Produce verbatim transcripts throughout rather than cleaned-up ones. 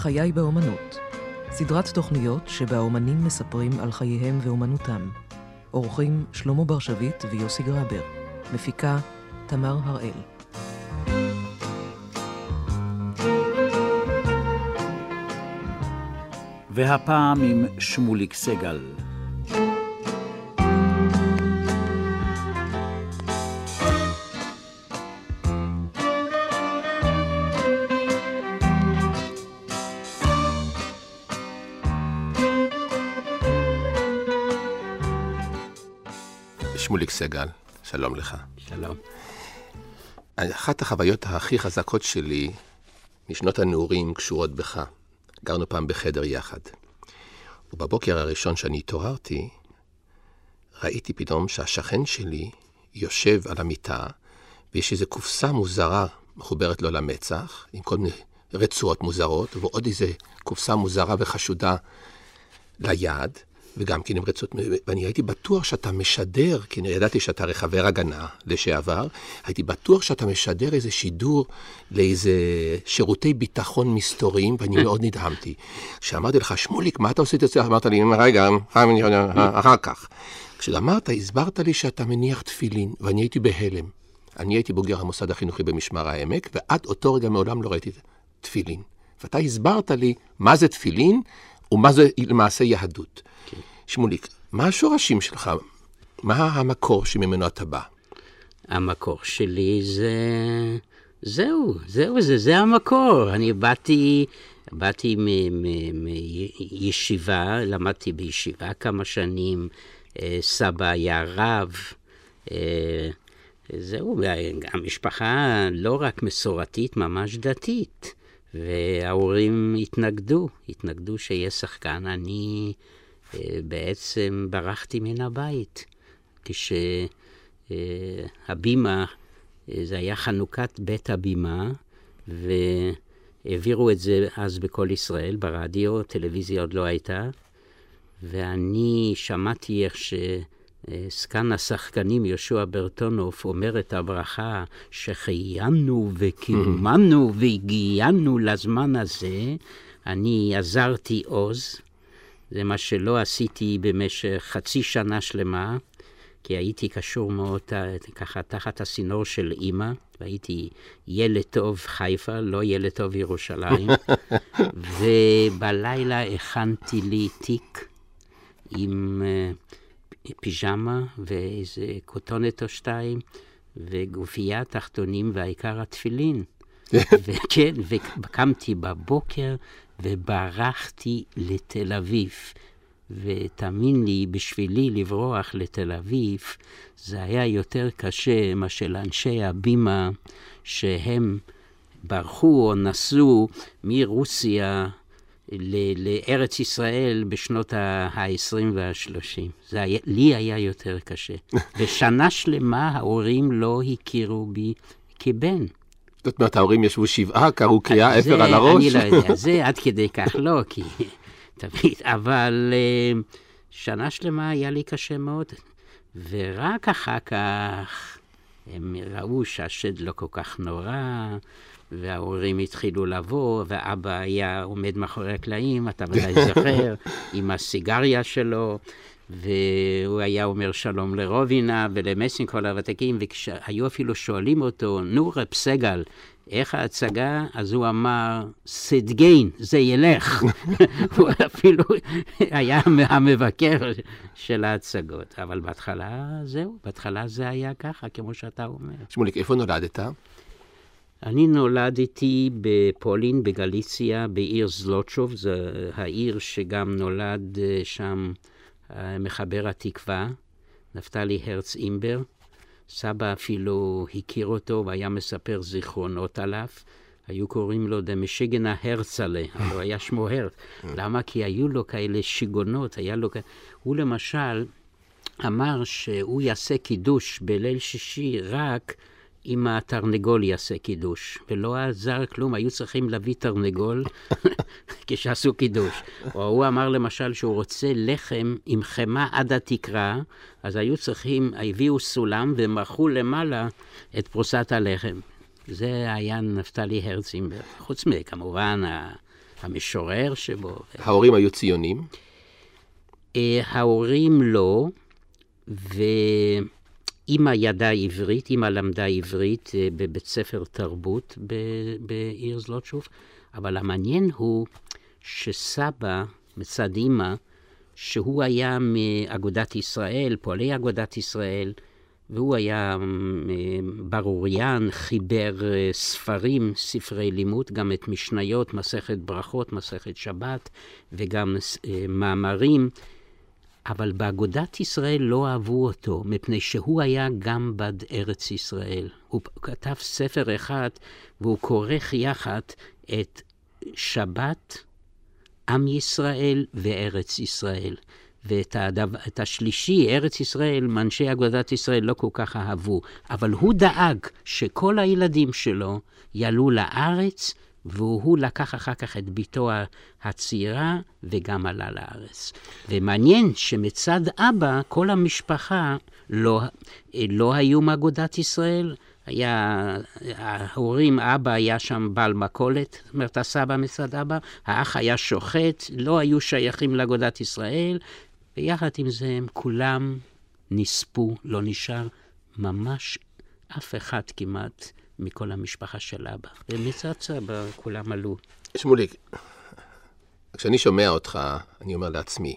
חיי באומנות, סדרת תוכניות שבה האומנים מספרים על חייהם ואומנותם. עורכים שלמה ברשבית ויוסי גרבר, מפיקה תמר הראל. והפעם עם שמוליק סגל. שמוליק סגל, שלום לך. שלום. אחת החוויות הכי חזקות שלי משנות הנעורים קשורות בך. גרנו פעם בחדר יחד. ובבוקר הראשון שאני התעוררתי, ראיתי פתאום שהשכן שלי יושב על המיטה, ויש איזו קופסה מוזרה מחוברת לו למצח, עם כל מיני רצועות מוזרות, ועוד איזו קופסה מוזרה וחשודה ליד, וגם כן עם רצועות, ואני הייתי בטוח שאתה משדר, כי אני ידעתי שאתה רחבר הגנה לשעבר, הייתי בטוח שאתה משדר איזה שידור לאיזה שירותי ביטחון מסתוריים, ואני מאוד נדהמתי. כשאמרתי לך, שמוליק, מה אתה עושה את זה? אמרת לי, רגע, אחר כך. כשאמרת, הסברת לי שאתה מניח תפילין, ואני הייתי בהלם. אני הייתי בוגר המוסד החינוכי במשמר העמק, ועד אותו רגע מעולם לא ראיתי תפילין. ואתה הסברת לי מה זה תפילין, ומה זה למעשה יהדות. שמוליק, מה השורשים שלך? מה המקור שממנו אתה בא? המקור שלי זה... זהו, זהו, זה, זה המקור. אני באתי, באתי מישיבה, למדתי בישיבה כמה שנים, סבא היה רב, זהו, המשפחה לא רק מסורתית, ממש דתית. וההורים התנגדו, התנגדו שיהיה שחקן. אני בעצם ברחתי מן הבית. כשהבימה, זה היה חנוכת בית הבימה, והעבירו את זה אז בכל ישראל, ברדיו, טלוויזיה עוד לא הייתה, ואני שמעתי איך ש... סקן השחקנים יהושע ברטונוב אומר את הברכה שחיינו וקיומנו והגיענו לזמן הזה. אני עזרתי עוז, זה מה שלא עשיתי במשך חצי שנה שלמה, כי הייתי קשור מאוד ככה תחת הסינור של אמא, והייתי ילד טוב חיפה, לא ילד טוב ירושלים. ובלילה הכנתי לי תיק עם פיג'מה ואיזה קוטונת או שתיים וגופייה תחתונים והעיקר התפילין. וכן, וקמתי בבוקר וברחתי לתל אביב. ותאמין לי, בשבילי לברוח לתל אביב זה היה יותר קשה מה של אנשי הבימה שהם ברחו או נסעו מרוסיה לארץ ישראל בשנות ה-עשרים וה-שלושים. זה היה, לי היה יותר קשה. ושנה שלמה ההורים לא הכירו בי כבן. זאת אומרת, ההורים ישבו שבעה, קראו קריאה אפר על הראש? אני לא יודע, זה עד כדי כך לא, כי תמיד, אבל שנה שלמה היה לי קשה מאוד. ורק אחר כך הם ראו שהשד לא כל כך נורא, וההורים התחילו לבוא, ואבא היה עומד מאחורי הקלעים, אתה ודאי זוכר, עם הסיגריה שלו, והוא היה אומר שלום לרובינה ולמסין כל הוותיקים, והיו אפילו שואלים אותו, נו רב סגל, איך ההצגה? אז הוא אמר, סדגיין, זה ילך. הוא אפילו היה המבקר של ההצגות, אבל בהתחלה זהו, בהתחלה זה היה ככה, כמו שאתה אומר. שמוליק, איפה נולדת? אני נולדתי בפולין, בגליציה, בעיר זלוטשוב, זה העיר שגם נולד שם מחבר התקווה, נפתלי הרץ אימבר. סבא אפילו הכיר אותו והיה מספר זיכרונות עליו. היו קוראים לו דמשיגנה הרצלה, אבל היה שמו הרץ. למה? כי היו לו כאלה שיגונות, היה לו... הוא למשל אמר שהוא יעשה קידוש בליל שישי רק אם התרנגול יעשה קידוש, ולא עזר כלום, היו צריכים להביא תרנגול כשעשו קידוש. או הוא אמר למשל שהוא רוצה לחם עם חמה עד התקרה, אז היו צריכים, הביאו סולם ומרחו למעלה את פרוסת הלחם. זה היה נפתלי הרץ אימבר. חוץ מכמובן המשורר שבו. ההורים היו ציונים? ההורים לא, ואמא ידעה עברית, אמא למדה עברית בבית ספר תרבות בעיר זלוטשוב, אבל המעניין הוא שסבא מצד אמא, שהוא היה מאגודת ישראל, פועלי אגודת ישראל, והוא היה ברוריין, חיבר ספרים, ספרי לימוד, גם את משניות, מסכת ברכות, מסכת שבת, וגם מאמרים, אבל באגודת ישראל לא אהבו אותו, מפני שהוא היה גם בד ארץ ישראל. הוא כתב ספר אחד, והוא כורך יחד את שבת, עם ישראל וארץ ישראל. ואת הדו, את השלישי, ארץ ישראל, מאנשי אגודת ישראל לא כל כך אהבו. אבל הוא דאג שכל הילדים שלו יעלו לארץ, והוא לקח אחר כך את ביתו הצעירה וגם עלה לארץ. ומעניין שמצד אבא, כל המשפחה לא, לא היו מאגודת ישראל. היה, ההורים, אבא היה שם בעל מכולת, זאת אומרת, הסבא מצד אבא, האח היה שוחט, לא היו שייכים לאגודת ישראל, ויחד עם זה הם כולם נספו, לא נשאר ממש אף אחד כמעט מכל המשפחה של אבא. ומצד סבא כולם עלו. שמוליק, כשאני שומע אותך, אני אומר לעצמי,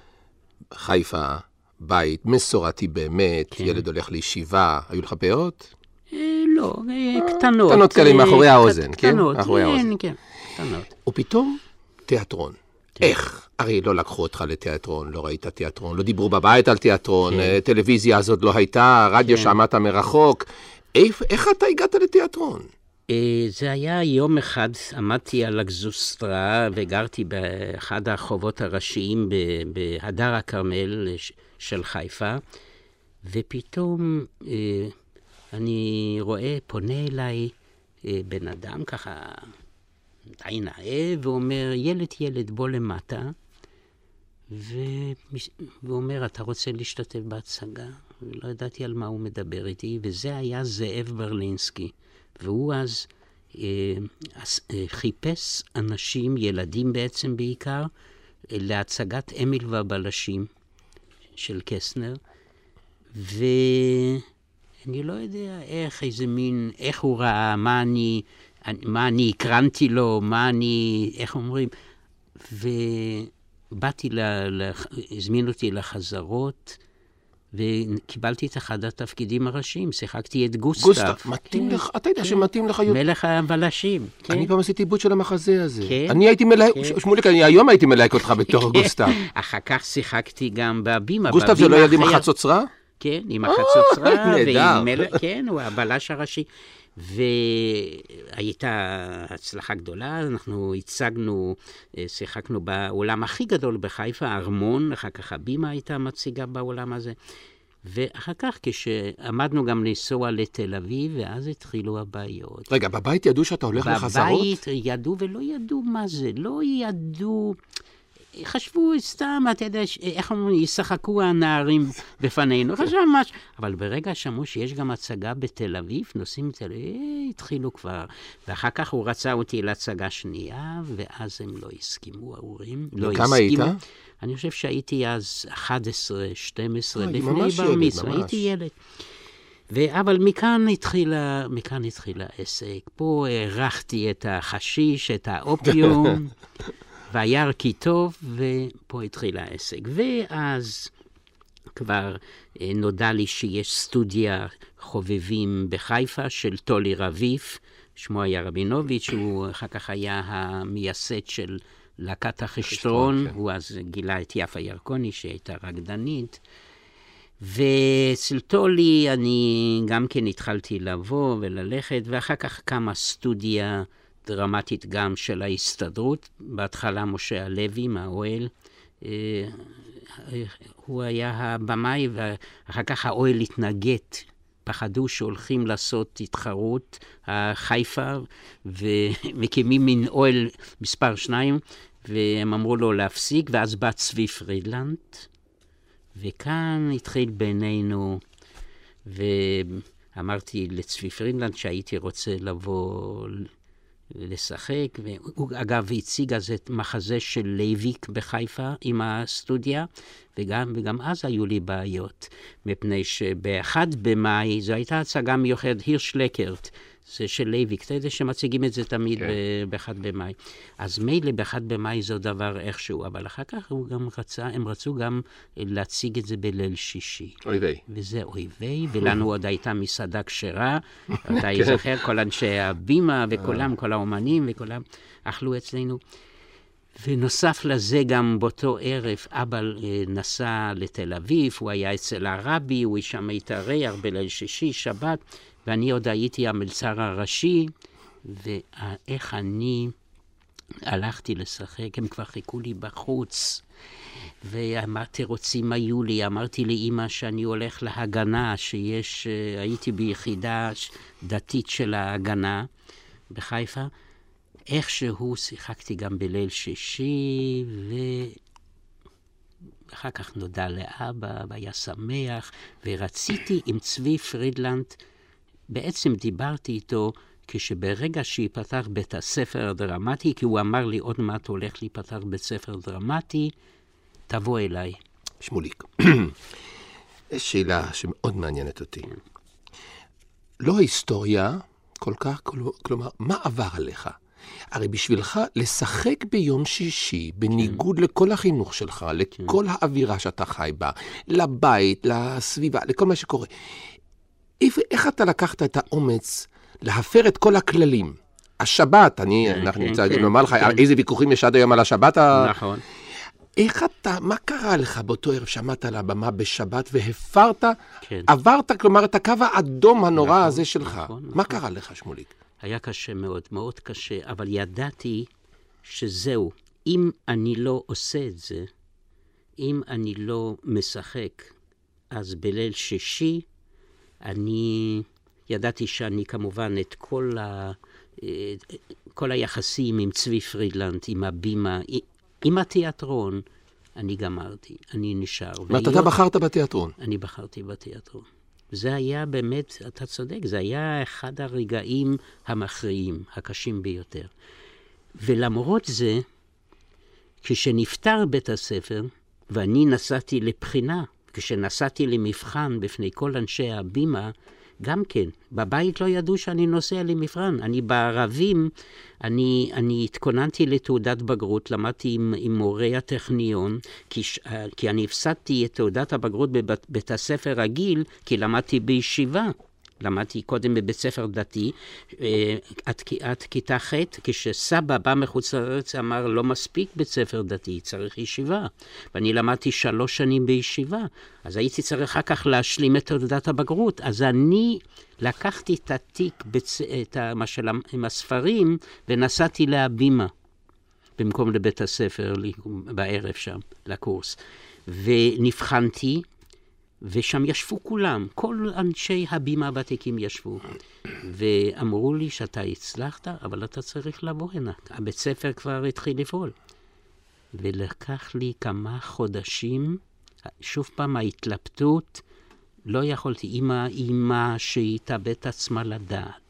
חיפה, בית, מסורתי באמת, כן. ילד הולך לישיבה, היו לך פאות? אה, לא, קטנות. קטנות כאלה מאחורי האוזן, כן? קטנות, מאחורי האוזן. כן, קטנות. ופתאום תיאטרון. איך? הרי לא לקחו אותך לתיאטרון, לא ראית תיאטרון, לא דיברו בבית על תיאטרון, טלוויזיה הזאת לא הייתה, רדיו שמעת מרחוק. איך אתה הגעת לתיאטרון? זה היה יום אחד, עמדתי על הגזוסטרה וגרתי באחד הרחובות הראשיים בהדר הכרמל של חיפה, ופתאום אני רואה, פונה אליי בן אדם ככה, די נאה, ואומר, ילד, ילד, בוא למטה, ואומר, אתה רוצה להשתתף בהצגה? ולא ידעתי על מה הוא מדבר איתי, וזה היה זאב ברלינסקי, והוא אז אה, אה, חיפש אנשים, ילדים בעצם בעיקר, אה, להצגת אמיל והבלשים של קסנר, ואני לא יודע איך, איזה מין, איך הוא ראה, מה אני... מה אני הקרנתי לו, מה אני, איך אומרים, ובאתי, לה, הזמין אותי לחזרות, וקיבלתי את אחד התפקידים הראשיים, שיחקתי את גוסטב. גוסטב, מתאים לך, אתה יודע שמתאים לך... מלך הבלשים. אני פעם עשיתי עיבוד של המחזה הזה. אני הייתי מלהק, שמוליק, אני היום הייתי מלהק אותך בתור גוסטב. אחר כך שיחקתי גם בבימה. גוסטב זה לא ילד עם החצוצרה? כן, עם החצוצרה, כן, הוא הבלש הראשי. והייתה הצלחה גדולה, אנחנו הצגנו, שיחקנו בעולם הכי גדול בחיפה, ארמון, אחר כך הבימה הייתה מציגה בעולם הזה, ואחר כך כשעמדנו גם לנסוע לתל אביב, ואז התחילו הבעיות. רגע, בבית ידעו שאתה הולך לחזרות? בבית ידעו ולא ידעו מה זה, לא ידעו... חשבו סתם, אתה יודע, איך אומרים, ישחקו הנערים בפנינו, חשבו ממש, אבל ברגע שמעו שיש גם הצגה בתל אביב, נוסעים בתל אביב, התחילו כבר, ואחר כך הוא רצה אותי להצגה שנייה, ואז הם לא הסכימו, ההורים, לא הסכימו. וכמה היית? אני חושב שהייתי אז אחת עשרה, שתים עשרה, לפני בר מצווה, הייתי ילד. אבל מכאן התחילה, מכאן התחילה עסק, פה הרחתי את החשיש, את האופיום, והיער כי טוב, ופה התחיל העסק. ואז כבר נודע לי שיש סטודיה חובבים בחיפה של טולי רביב, שמו היה רבינוביץ', הוא אחר כך היה המייסד של להקת החשטרון, הוא אז גילה את יפה ירקוני שהייתה רקדנית. ואצל טולי אני גם כן התחלתי לבוא וללכת, ואחר כך קמה סטודיה דרמטית גם של ההסתדרות, בהתחלה משה הלוי מהאוהל, הוא היה הבמאי, ואחר כך האוהל התנגד, פחדו שהולכים לעשות התחרות חיפה, ומקימים מין אוהל מספר שניים, והם אמרו לו להפסיק, ואז בא צבי פרידלנד, וכאן התחיל בינינו, ואמרתי לצבי פרידלנד שהייתי רוצה לבוא לשחק, והוא אגב הציג אז את מחזה של לייביק בחיפה עם הסטודיה, וגם, וגם אז היו לי בעיות, מפני שבאחד במאי, זו הייתה הצגה מיוחדת, הירש לקרט, זה של לייביק, אתה יודע שמציגים את זה תמיד כן. באחד במאי. אז מילא באחד במאי זה דבר איכשהו, אבל אחר כך הוא גם רצה, הם רצו גם להציג את זה בליל שישי. אוי ויי. וזה אוי ויי, ולנו עוד הייתה מסעדה כשרה, אתה יזכר, כל אנשי הבימה וכולם, כל האומנים וכולם אכלו אצלנו. ונוסף לזה גם באותו ערב, אבא נסע לתל אביב, הוא היה אצל הרבי, הוא שם התארח בליל שישי, שבת, ואני עוד הייתי המלצר הראשי, ואיך אני הלכתי לשחק, הם כבר חיכו לי בחוץ, ואמרתי, רוצים היו לי, אמרתי לאמא שאני הולך להגנה, שיש, הייתי ביחידה דתית של ההגנה בחיפה, איכשהו שיחקתי גם בליל שישי, ואחר כך נודע לאבא, והיה שמח, ורציתי עם צבי פרידלנד, בעצם דיברתי איתו, כשברגע שיפתח בית הספר הדרמטי, כי הוא אמר לי, עוד מעט הולך להיפתח בית ספר דרמטי, תבוא אליי. שמוליק, יש שאלה שמאוד מעניינת אותי. לא ההיסטוריה כל כך, כלומר, מה עבר עליך? הרי בשבילך לשחק ביום שישי, בניגוד לכל החינוך שלך, לכל האווירה שאתה חי בה, לבית, לסביבה, לכל מה שקורה, איך אתה לקחת את האומץ להפר את כל הכללים? השבת, אני, אנחנו נמצא, נאמר לך, איזה ויכוחים יש עד היום על השבת? נכון. איך אתה, מה קרה לך באותו ערב שמעת על הבמה בשבת והפרת, עברת, כלומר, את הקו האדום הנורא הזה שלך? מה קרה לך, שמוליק? היה קשה מאוד, מאוד קשה, אבל ידעתי שזהו, אם אני לא עושה את זה, אם אני לא משחק, אז בליל שישי, אני ידעתי שאני כמובן את כל, ה, כל היחסים עם צבי פרידלנד, עם הבימה, עם התיאטרון, אני גמרתי, אני נשאר. ואתה בחרת בתיאטרון? אני בחרתי בתיאטרון. זה היה באמת, אתה צודק, זה היה אחד הרגעים המכריעים, הקשים ביותר. ולמרות זה, כשנפטר בית הספר, ואני נסעתי לבחינה, כשנסעתי למבחן בפני כל אנשי הבימה, גם כן, בבית לא ידעו שאני נוסע למבחן. אני בערבים, אני, אני התכוננתי לתעודת בגרות, למדתי עם, עם מורי הטכניון, כי, כי אני הפסדתי את תעודת הבגרות בבית, בית הספר רגיל, כי למדתי בישיבה. למדתי קודם בבית ספר דתי, עד, עד כיתה ח', כשסבא בא מחוץ לארץ, אמר, לא מספיק בית ספר דתי, צריך ישיבה. ואני למדתי שלוש שנים בישיבה, אז הייתי צריך אחר כך להשלים את תעודת הבגרות. אז אני לקחתי את התיק, בצ... את המשל... עם הספרים, ונסעתי להבימה, במקום לבית הספר, בערב שם, לקורס. ונבחנתי, ושם ישבו כולם, כל אנשי הבימה הוותיקים ישבו, ואמרו לי שאתה הצלחת, אבל אתה צריך לבוא הנה. הבית ספר כבר התחיל לפעול. ולקח לי כמה חודשים, שוב פעם ההתלבטות, לא יכולתי, אמא, אמא שהתאבד עצמה לדעת.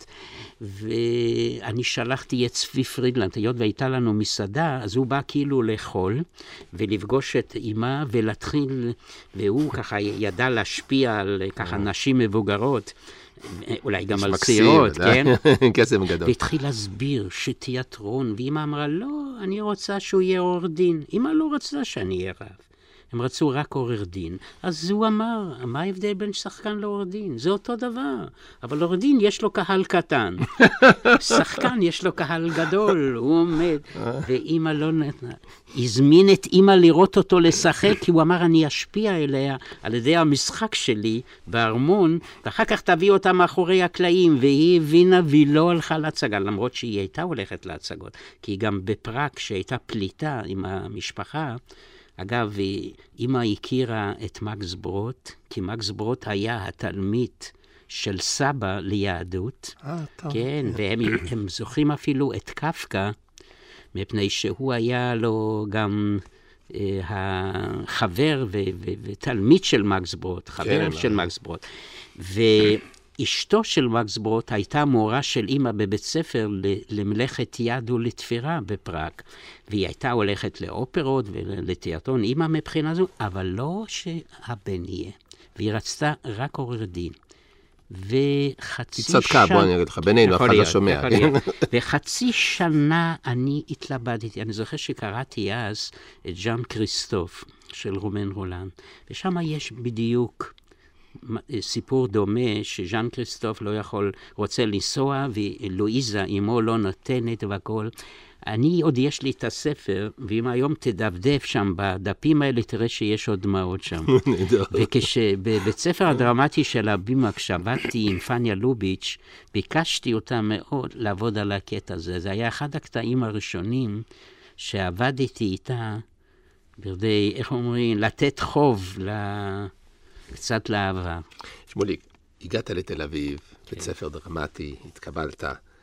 ואני שלחתי את צבי פרידלנד, היות והייתה לנו מסעדה, אז הוא בא כאילו לאכול, ולפגוש את אמא, ולהתחיל, והוא ככה ידע להשפיע על ככה נשים מבוגרות, אולי גם על צעירות, כן? קסם גדול. והתחיל להסביר שתיאטרון, ואמא אמרה, לא, אני רוצה שהוא יהיה עורך דין. אמא לא רצתה שאני אהיה רב. הם רצו רק עורך דין. אז הוא אמר, מה ההבדל בין שחקן לעורך דין? זה אותו דבר. אבל עורך דין יש לו קהל קטן. שחקן יש לו קהל גדול. הוא עומד, ואמא לא נתנה. הזמין את אמא לראות אותו לשחק, כי הוא אמר, אני אשפיע אליה על ידי המשחק שלי בארמון, ואחר כך תביא אותה מאחורי הקלעים, והיא הבינה והיא לא הלכה להצגה, למרות שהיא הייתה הולכת להצגות. כי גם בפראג, שהייתה פליטה עם המשפחה, אגב, אמא הכירה את מקס ברוט, כי מקס ברוט היה התלמיד של סבא ליהדות. אה, טוב. כן, והם הם זוכרים אפילו את קפקא, מפני שהוא היה לו גם אה, החבר ו- ו- ותלמיד של מקס ברוט, חבר כן, של מה. מקס ברוט. ו... אשתו של מקס ברוט הייתה מורה של אמא בבית ספר למלאכת יד ולתפירה בפראג, והיא הייתה הולכת לאופרות ולתיאטרון, אמא מבחינה זו, אבל לא שהבן יהיה, והיא רצתה רק עורר דין. וחצי שנה... היא צדקה, בוא אני אגיד לך, בינינו, אף אחד לא שומע. וחצי שנה אני התלבטתי, אני זוכר שקראתי אז את ז'אן כריסטוף של רומן רולן, ושם יש בדיוק סיפור דומה, שז'אן כריסטוף לא יכול, רוצה לנסוע, ולואיזה אמו לא נותנת והכל. אני עוד יש לי את הספר, ואם היום תדפדף שם בדפים האלה, תראה שיש עוד דמעות שם. וכשבבית ספר הדרמטי של הבימה, כשעבדתי עם פניה לוביץ', ביקשתי אותה מאוד לעבוד על הקטע הזה. זה היה אחד הקטעים הראשונים שעבדתי איתה, בכדי, איך אומרים, לתת חוב ל... קצת לעבר. שמוליק, הגעת לתל אביב, בית ספר דרמטי, התקבלת.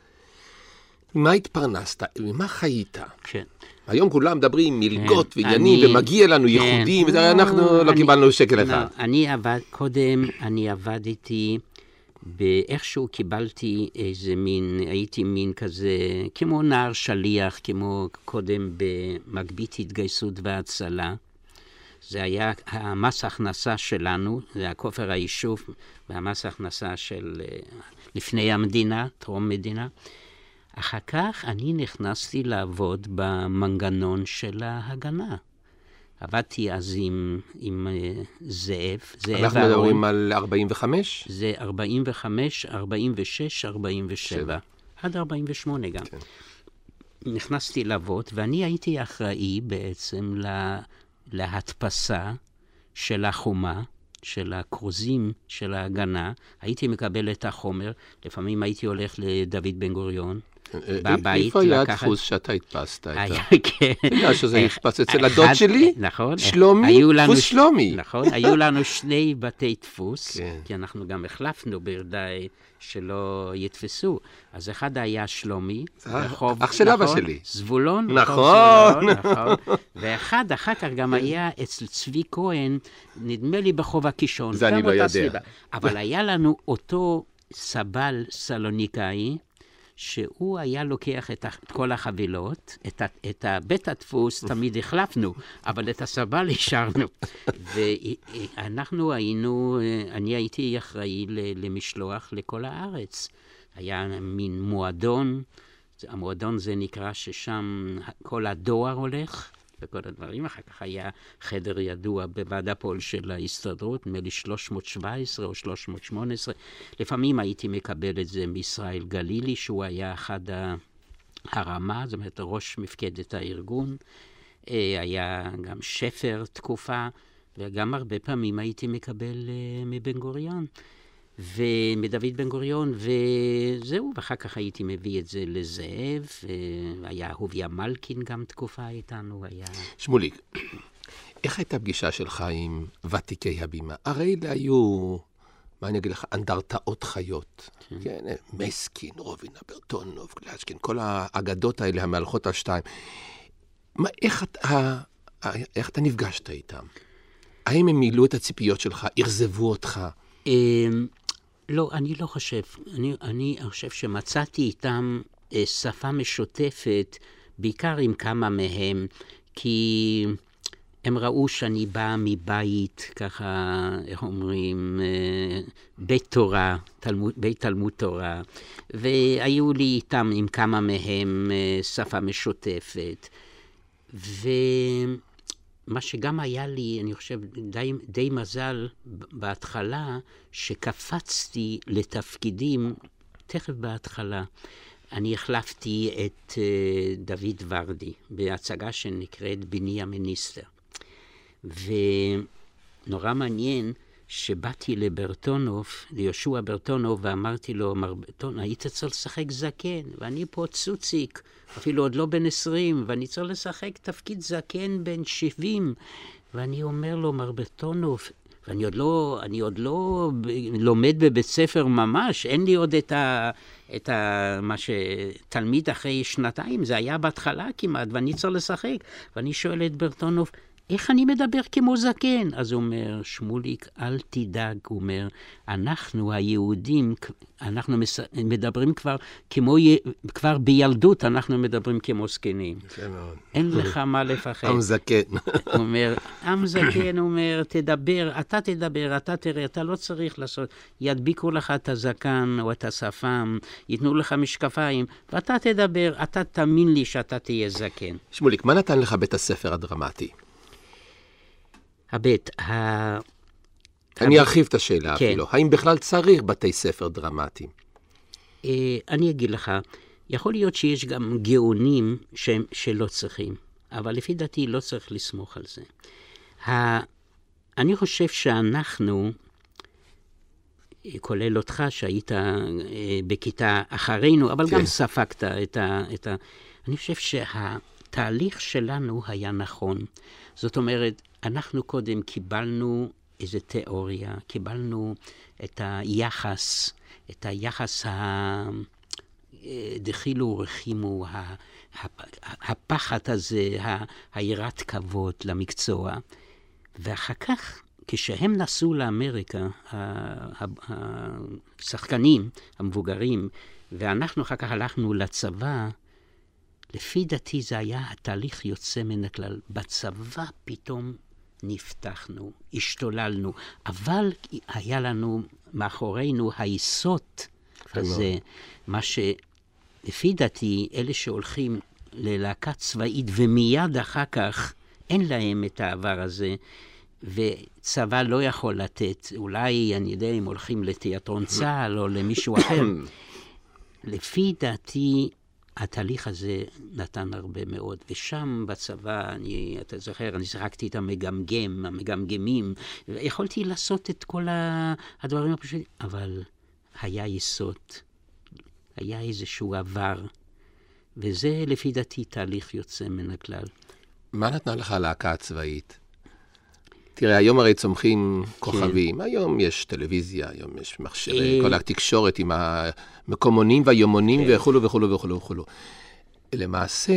ממה התפרנסת? ממה חיית? כן. היום כולם מדברים מלגות ועניינים, ומגיע לנו ייחודים, אנחנו לא קיבלנו שקל אחד. אני עבד, קודם אני עבדתי, באיכשהו קיבלתי איזה מין, הייתי מין כזה, כמו נער שליח, כמו קודם במגבית התגייסות והצלה. זה היה המס הכנסה שלנו, זה הכופר היישוב, והמס הכנסה של לפני המדינה, טרום מדינה. אחר כך אני נכנסתי לעבוד במנגנון של ההגנה. עבדתי אז עם, עם זאב. זאב אנחנו מדברים על ארבעים וחמש? זה ארבעים וחמש, ארבעים ושש, ארבעים ושבע. עד ארבעים ושמונה גם. כן. נכנסתי לעבוד, ואני הייתי אחראי בעצם לה, להדפסה של החומה, של הכרוזים של ההגנה. הייתי מקבל את החומר, לפעמים הייתי הולך לדוד בן גוריון, בבית. איפה היה הדפוס שאתה הדפסת? היה, כן. אתה יודע שזה הדפס אצל הדוד שלי? נכון. שלומי, דפוס שלומי. נכון, היו לנו שני בתי דפוס, כי אנחנו גם החלפנו ברדי שלא יתפסו. אז אחד היה שלומי, אח של אבא שלי. זבולון. נכון. ואחד אחר כך גם היה אצל צבי כהן, נדמה לי בחוב הקישון. זה אני לא יודע. אבל היה לנו אותו סבל סלוניקאי, שהוא היה לוקח את כל החבילות, את, את בית הדפוס תמיד החלפנו, אבל את הסבל השארנו. ואנחנו היינו, אני הייתי אחראי למשלוח לכל הארץ. היה מין מועדון, המועדון זה נקרא ששם כל הדואר הולך, וכל הדברים. אחר כך היה חדר ידוע בוועד הפועל של ההסתדרות, נדמה לי שלוש מאות שבע עשרה או שלוש מאות שמונה עשרה. לפעמים הייתי מקבל את זה מישראל גלילי, שהוא היה אחד הרמה, זאת אומרת, ראש מפקדת הארגון. היה גם שפר תקופה, וגם הרבה פעמים הייתי מקבל מבן גוריון. ומדוד בן גוריון, וזהו, ואחר כך הייתי מביא את זה לזאב, והיה אהוביה מלכין גם תקופה איתנו, היה... שמוליק, איך הייתה פגישה שלך עם ותיקי הבימה? הרי אלה היו, מה אני אגיד לך, אנדרטאות חיות. כן, מסקין, רובינה, ברטונוב, גלשקין, כל האגדות האלה, המהלכות השתיים. מה, איך אתה, איך אתה נפגשת איתם? האם הם מילאו את הציפיות שלך, הרזבו אותך? לא, אני לא חושב. אני, אני חושב שמצאתי איתם אה, שפה משותפת, בעיקר עם כמה מהם, כי הם ראו שאני באה מבית, ככה, איך אומרים, אה, בית תורה, תלמוד, בית תלמוד תורה, והיו לי איתם עם כמה מהם אה, שפה משותפת. ו... מה שגם היה לי, אני חושב, די, די מזל בהתחלה, שקפצתי לתפקידים, תכף בהתחלה. אני החלפתי את uh, דוד ורדי, בהצגה שנקראת בני המיניסטר. ונורא מעניין שבאתי לברטונוב, ליהושע ברטונוב, ואמרתי לו, מר ברטונוב, היית צריך לשחק זקן, ואני פה צוציק, אפילו עוד לא בן עשרים, ואני צריך לשחק תפקיד זקן בן שבעים, ואני אומר לו, מר ברטונוב, ואני עוד לא, אני עוד לא לומד בבית ספר ממש, אין לי עוד את ה... את ה... מה שתלמיד אחרי שנתיים, זה היה בהתחלה כמעט, ואני צריך לשחק. ואני שואל את ברטונוב, איך אני מדבר כמו זקן? אז הוא אומר, שמוליק, אל תדאג, הוא אומר, אנחנו היהודים, אנחנו מדברים כבר כמו, כבר בילדות אנחנו מדברים כמו זקנים. אין לך מה לפחד. עם זקן. הוא אומר, עם זקן, הוא אומר, תדבר, אתה תדבר, אתה תראה, אתה לא צריך לעשות, ידביקו לך את הזקן או את השפם, ייתנו לך משקפיים, ואתה תדבר, אתה תאמין לי שאתה תהיה זקן. שמוליק, מה נתן לך בית הספר הדרמטי? הבית, ה... אני ארחיב את השאלה כן. אפילו. האם בכלל צריך בתי ספר דרמטיים? אה, אני אגיד לך, יכול להיות שיש גם גאונים שהם, שלא צריכים, אבל לפי דעתי לא צריך לסמוך על זה. ה... אני חושב שאנחנו, כולל אותך שהיית אה, בכיתה אחרינו, אבל כן. גם ספקת את ה... את ה... אני חושב שהתהליך שלנו היה נכון. זאת אומרת, אנחנו קודם קיבלנו איזו תיאוריה, קיבלנו את היחס, את היחס ה... דחילו ורחימו, הפחד הזה, היראת כבוד למקצוע. ואחר כך, כשהם נסעו לאמריקה, השחקנים, המבוגרים, ואנחנו אחר כך הלכנו לצבא, לפי דעתי זה היה התהליך יוצא מן הכלל. בצבא פתאום נפתחנו, השתוללנו, אבל היה לנו מאחורינו היסוד הזה, מה שלפי דעתי, אלה שהולכים ללהקה צבאית ומיד אחר כך אין להם את העבר הזה, וצבא לא יכול לתת, אולי אני יודע אם הולכים לתיאטרון צה"ל או למישהו אחר. לפי דעתי, התהליך הזה נתן הרבה מאוד, ושם בצבא, אני, אתה זוכר, אני שחקתי את המגמגם, המגמגמים, ויכולתי לעשות את כל הדברים הפשוטים, אבל היה יסוד, היה איזשהו עבר, וזה לפי דעתי תהליך יוצא מן הכלל. מה נתנה לך הלהקה הצבאית? תראה, היום הרי צומחים כוכבים, היום יש טלוויזיה, היום יש מחשב, כל התקשורת עם המקומונים והיומונים וכולו וכולו וכולו וכולו. למעשה,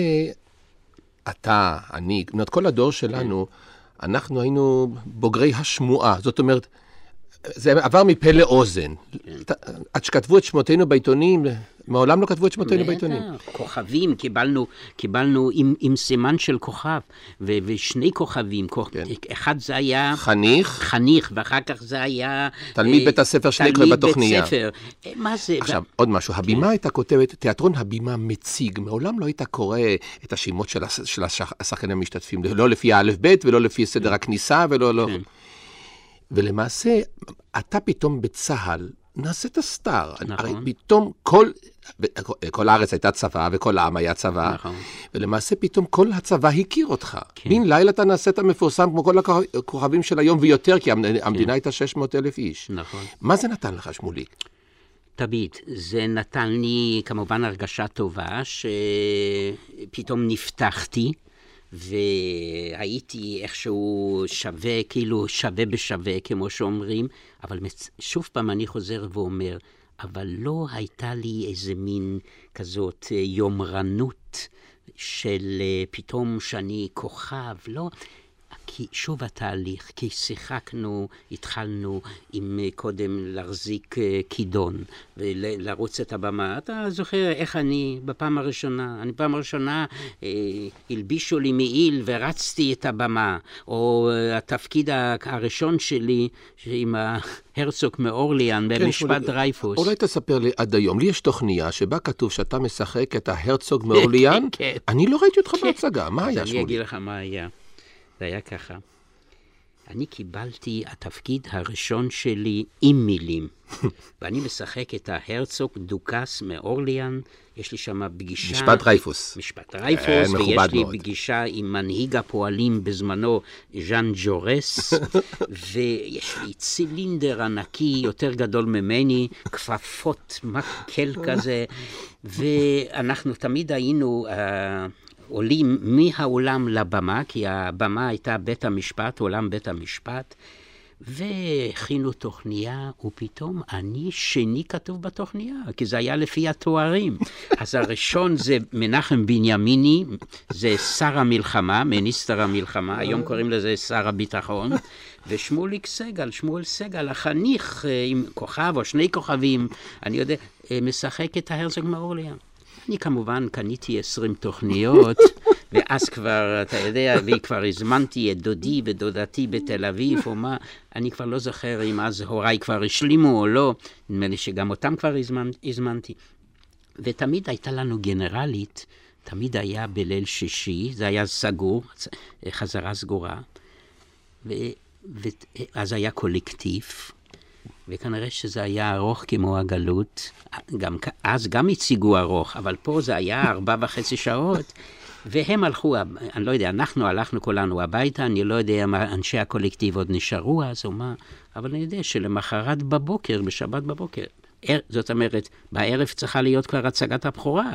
אתה, אני, כל הדור שלנו, אנחנו היינו בוגרי השמועה, זאת אומרת, זה עבר מפה לאוזן. עד שכתבו את שמותינו בעיתונים, מעולם לא כתבו את שמותינו בעיתונים. כוכבים, קיבלנו, קיבלנו עם, עם סימן של כוכב, ו, ושני כוכבים. אחד זה היה... חניך. חניך, ואחר כך זה היה... תלמיד בית הספר שנקרא בתוכניה. תלמיד בית ספר. מה זה? עכשיו, עוד משהו. הבימה הייתה כותבת, תיאטרון הבימה מציג, מעולם לא היית קורא את השמות של השחקנים המשתתפים, לא לפי האלף בית ולא לפי סדר הכניסה ולא... לא. ולמעשה, אתה פתאום בצהל, נעשית סטאר. נכון. הרי פתאום כל, כל הארץ הייתה צבא, וכל העם היה צבא, נכון. ולמעשה פתאום כל הצבא הכיר אותך. כן. בין לילה אתה נעשית מפורסם כמו כל הכוכבים של היום ויותר, כי המדינה כן. הייתה שש מאות אלף איש. נכון. מה זה נתן לך, שמוליק? תמיד, זה נתן לי כמובן הרגשה טובה, שפתאום נפתחתי, והייתי איכשהו שווה, כאילו שווה בשווה, כמו שאומרים, אבל שוב פעם אני חוזר ואומר, אבל לא הייתה לי איזה מין כזאת יומרנות של פתאום שאני כוכב, לא... כי שוב התהליך, כי שיחקנו, התחלנו עם קודם להחזיק כידון ולרוץ את הבמה. אתה זוכר איך אני בפעם הראשונה, אני פעם הראשונה אה, הלבישו לי מעיל ורצתי את הבמה, או התפקיד הראשון שלי עם ההרצוג מאורליאן במשפט דרייפוס. אולי תספר לי עד היום, לי יש תוכניה שבה כתוב שאתה משחק את ההרצוג מאורליאן, אני לא ראיתי אותך בהצגה, מה היה שמולי? אני אגיד לך מה היה. זה היה ככה. אני קיבלתי התפקיד הראשון שלי עם מילים. ואני משחק את ההרצוג דוכס מאורליאן. יש לי שם פגישה... משפט דרייפוס. משפט דרייפוס, ויש לי פגישה עם מנהיג הפועלים בזמנו, ז'אן ג'ורס, ויש לי צילינדר ענקי יותר גדול ממני, כפפות מקל כזה, ואנחנו תמיד היינו... עולים מהאולם לבמה, כי הבמה הייתה בית המשפט, עולם בית המשפט, והכינו תוכניה, ופתאום אני שני כתוב בתוכניה, כי זה היה לפי התוארים. אז הראשון זה מנחם בנימיני, זה שר המלחמה, מיניסטר המלחמה, היום קוראים לזה שר הביטחון, ושמוליק סגל, שמואל סגל, החניך עם כוכב או שני כוכבים, אני יודע, משחק את ההרצוג מאורליה. אני כמובן קניתי עשרים תוכניות, ואז כבר, אתה יודע, וכבר הזמנתי את דודי ודודתי בתל אביב, או מה, אני כבר לא זוכר אם אז הוריי כבר השלימו או לא, נדמה לי שגם אותם כבר הזמנ, הזמנתי. ותמיד הייתה לנו גנרלית, תמיד היה בליל שישי, זה היה סגור, חזרה סגורה, ו, ואז היה קולקטיב, וכנראה שזה היה ארוך כמו הגלות, גם, אז גם הציגו ארוך, אבל פה זה היה ארבע וחצי שעות, והם הלכו, אני לא יודע, אנחנו הלכנו כולנו הביתה, אני לא יודע מה אנשי הקולקטיב עוד נשארו אז או מה, אבל אני יודע שלמחרת בבוקר, בשבת בבוקר, זאת אומרת, בערב צריכה להיות כבר הצגת הבכורה.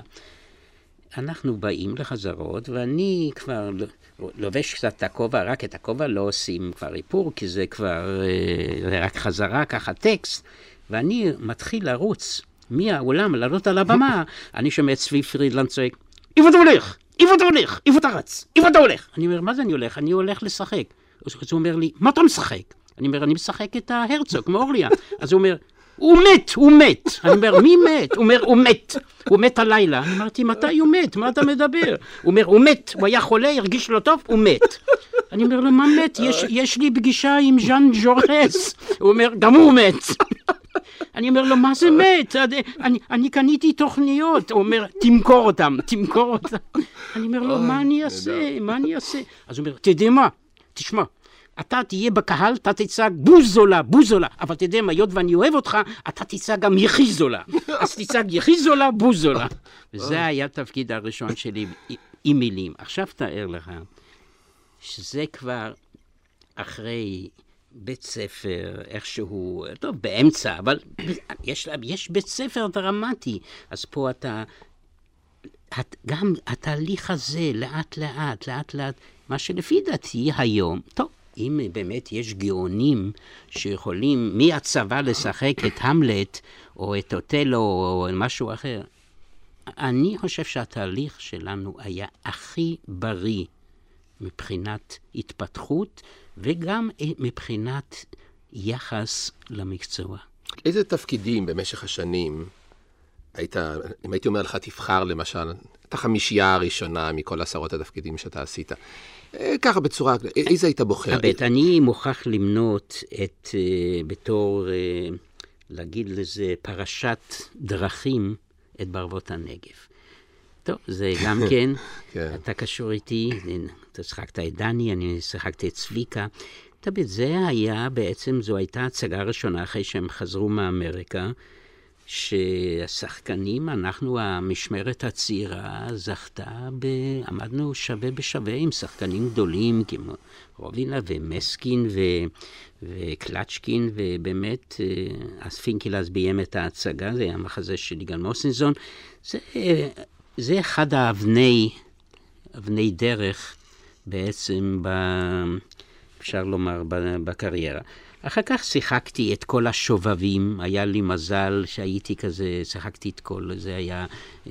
אנחנו באים לחזרות, ואני כבר לובש קצת את הכובע, רק את הכובע לא עושים כבר איפור, כי זה כבר זה רק חזרה, ככה טקסט, ואני מתחיל לרוץ מהאולם, לעלות על הבמה, אני שומע את צבי פרידלנד צועק, איפה אתה הולך? איפה אתה הולך? איפה אתה רץ? איפה אתה הולך? אני אומר, מה זה אני הולך? אני הולך לשחק. אז הוא אומר לי, מה אתה משחק? אני אומר, אני משחק את ההרצוג, מאורליה. אז הוא אומר, הוא מת, הוא מת. אני אומר, מי מת? הוא אומר, הוא מת. הוא מת הלילה. אני אמרתי, מתי הוא מת? מה אתה מדבר? הוא אומר, הוא מת. הוא היה חולה, הרגיש לו טוב, הוא מת. אני אומר לו, מה מת? יש, יש לי פגישה עם ז'אן ז'ורס. הוא אומר, גם הוא מת. אני אומר לו, מה זה מת? אני, אני קניתי תוכניות. הוא אומר, תמכור אותם, תמכור אותם. אני אומר לו, מה אני אעשה? מה אני אעשה? אז הוא אומר, תדע מה? תשמע. אתה תהיה בקהל, אתה תצא בוזולה, בוזולה, אבל תדע מה, היות ואני אוהב אותך, אתה תצא גם יחיזולה. אז תצא יחיזולה, בוזולה. וזה היה התפקיד הראשון שלי עם מילים. עכשיו תאר לך, שזה כבר אחרי בית ספר, איכשהו, טוב, באמצע, אבל יש, יש בית ספר דרמטי. אז פה אתה, גם התהליך הזה, לאט לאט, לאט לאט, מה שלפי דעתי היום, טוב, אם באמת יש גאונים שיכולים מהצבא לשחק את המלט או את אוטלו או משהו אחר, אני חושב שהתהליך שלנו היה הכי בריא מבחינת התפתחות וגם מבחינת יחס למקצוע. איזה תפקידים במשך השנים היית, אם הייתי אומר לך תבחר למשל, את החמישייה הראשונה מכל עשרות התפקידים שאתה עשית, ככה בצורה, איזה היית בוחר? הבית, אני מוכרח למנות את, בתור, להגיד לזה, פרשת דרכים, את בערבות הנגב. טוב, זה גם כן, אתה קשור איתי, אתה שחקת את דני, אני שחקתי את צביקה. טוב, זה היה בעצם, זו הייתה הצגה הראשונה אחרי שהם חזרו מאמריקה, שהשחקנים, אנחנו, המשמרת הצעירה, זכתה, ב... עמדנו שווה בשווה עם שחקנים גדולים, כמו רובינה ומסקין ו... וקלצ'קין, ובאמת, אז פינקלס ביים את ההצגה, זה היה המחזה של יגאל מוסינזון. זה, זה אחד האבני, אבני דרך בעצם, ב... אפשר לומר, בקריירה. אחר כך שיחקתי את כל השובבים, היה לי מזל שהייתי כזה, שיחקתי את כל, זה היה